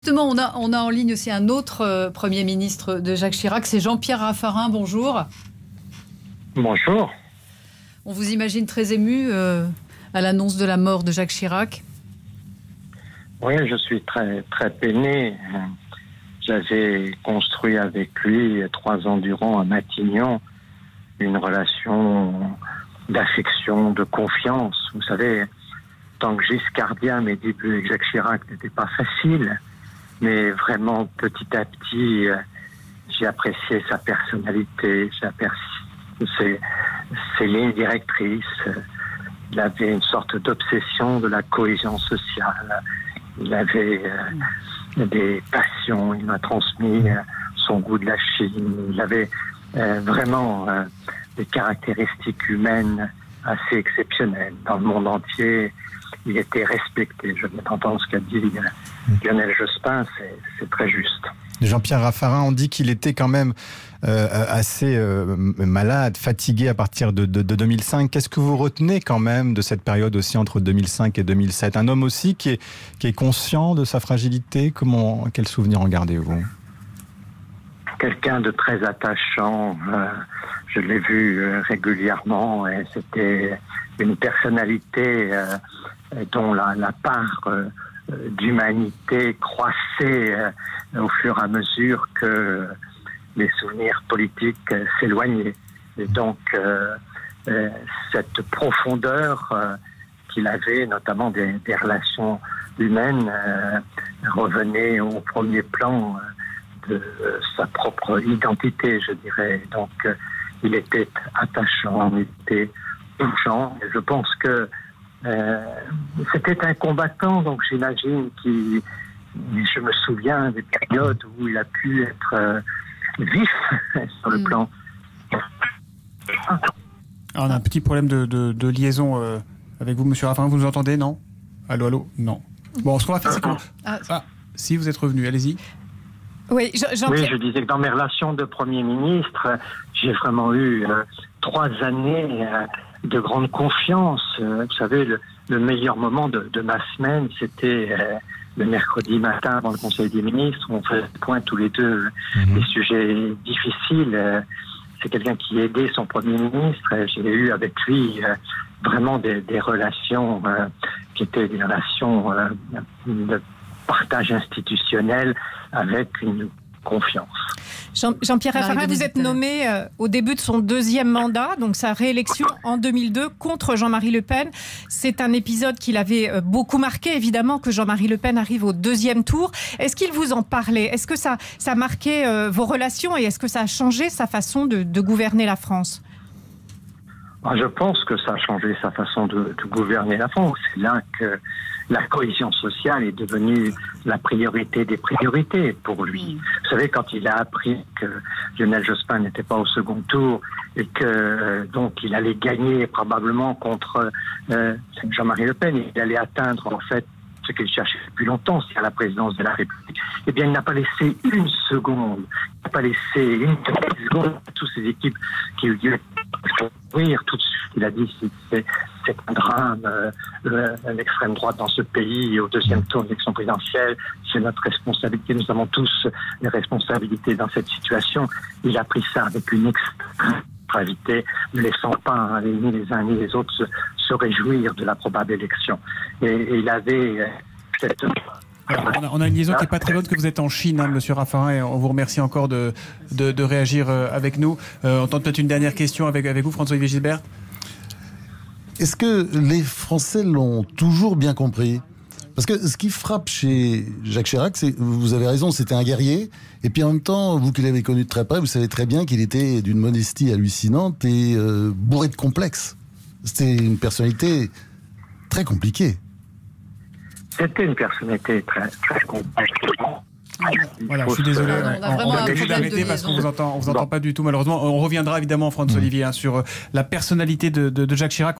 Justement, on a en ligne aussi un autre Premier ministre de Jacques Chirac, c'est Jean-Pierre Raffarin. Bonjour. Bonjour. On vous imagine très ému à l'annonce de la mort de Jacques Chirac. Oui, je suis très, très peiné. J'avais construit avec lui 3 ans durant à Matignon une relation d'affection, de confiance. Vous savez, tant que giscardien, mes débuts avec Jacques Chirac n'étaient pas faciles. Mais vraiment, petit à petit, j'ai apprécié sa personnalité, j'ai apprécié ses lignes directrices. Il avait une sorte d'obsession de la cohésion sociale. Il avait des passions. Il m'a transmis son goût de la Chine. Il avait vraiment des caractéristiques humaines assez exceptionnelles. Dans le monde entier, il était respecté. Je viens d'entendre ce qu'a dit Lionel Jospin, c'est très juste. Jean-Pierre Raffarin, on dit qu'il était quand même assez malade, fatigué à partir de 2005. Qu'est-ce que vous retenez quand même de cette période aussi entre 2005 et 2007 ? Un homme aussi qui est conscient de sa fragilité. Quel souvenir en gardez-vous ? Quelqu'un de très attachant. Je l'ai vu régulièrement et c'était une personnalité dont la part d'humanité croissait au fur et à mesure que les souvenirs politiques s'éloignaient. Et donc, cette profondeur qu'il avait, notamment des relations humaines, revenait au premier plan de sa propre identité, je dirais. Donc, il était attachant, il était touchant. Et je pense que c'était un combattant, donc j'imagine je me souviens des périodes où il a pu être vif sur le plan. Alors on a un petit problème de liaison avec vous, monsieur Raffarin. Vous nous entendez, non ? Allô ? Non. Bon, ce qu'on va faire, c'est que... si, vous êtes revenu, allez-y. Oui, oui, je disais que dans mes relations de Premier ministre, j'ai vraiment eu 3 années de grande confiance. Vous savez, le meilleur moment de ma semaine, c'était le mercredi matin avant le Conseil des ministres, où on faisait le point tous les deux des sujets difficiles. C'est quelqu'un qui aidait son Premier ministre. J'ai eu avec lui vraiment des relations qui étaient des relations de partage institutionnel avec une confiance. Jean-Pierre Raffarin, vous êtes nommé au début de son 2e mandat, donc sa réélection en 2002 contre Jean-Marie Le Pen. C'est un épisode qui l'avait beaucoup marqué, évidemment, que Jean-Marie Le Pen arrive au 2e tour. Est-ce qu'il vous en parlait ? Est-ce que ça a marqué vos relations et est-ce que ça a changé sa façon de gouverner la France ? Je pense que ça a changé sa façon de gouverner la France. C'est là que la cohésion sociale est devenue la priorité des priorités pour lui. Vous savez, quand il a appris que Lionel Jospin n'était pas au second tour et que donc il allait gagner probablement contre Jean-Marie Le Pen, il allait atteindre en fait ce qu'il cherchait depuis longtemps, c'est à la présidence de la République. Eh bien, il n'a pas laissé une seconde, il n'a pas laissé une seconde à toutes ces équipes qui ont dû courir tout de suite. Il a dit c'est un drame, l'extrême droite dans ce pays, au 2e tour de l'élection présidentielle, c'est notre responsabilité, nous avons tous les responsabilités dans cette situation. Il a pris ça avec une extrême gravité, ne laissant pas ni les uns ni les autres se réjouir de la probable élection. Et il avait peut-être... Alors, on a une liaison qui n'est pas très bonne, que vous êtes en Chine, monsieur Raffarin, et on vous remercie encore de réagir avec nous. On tente peut-être une dernière question avec vous, François-Olivier Gisbert. Est-ce que les Français l'ont toujours bien compris ? Parce que ce qui frappe chez Jacques Chirac, c'est, vous avez raison, c'était un guerrier. Et puis en même temps, vous qui l'avez connu de très près, vous savez très bien qu'il était d'une modestie hallucinante et bourré de complexes. C'était une personnalité très compliquée. C'était une personnalité très, très complexe. Voilà, je suis désolé. On va obligé d'arrêter parce qu'on vous entend pas du tout, malheureusement. On reviendra évidemment, François-Olivier, sur la personnalité de Jacques Chirac.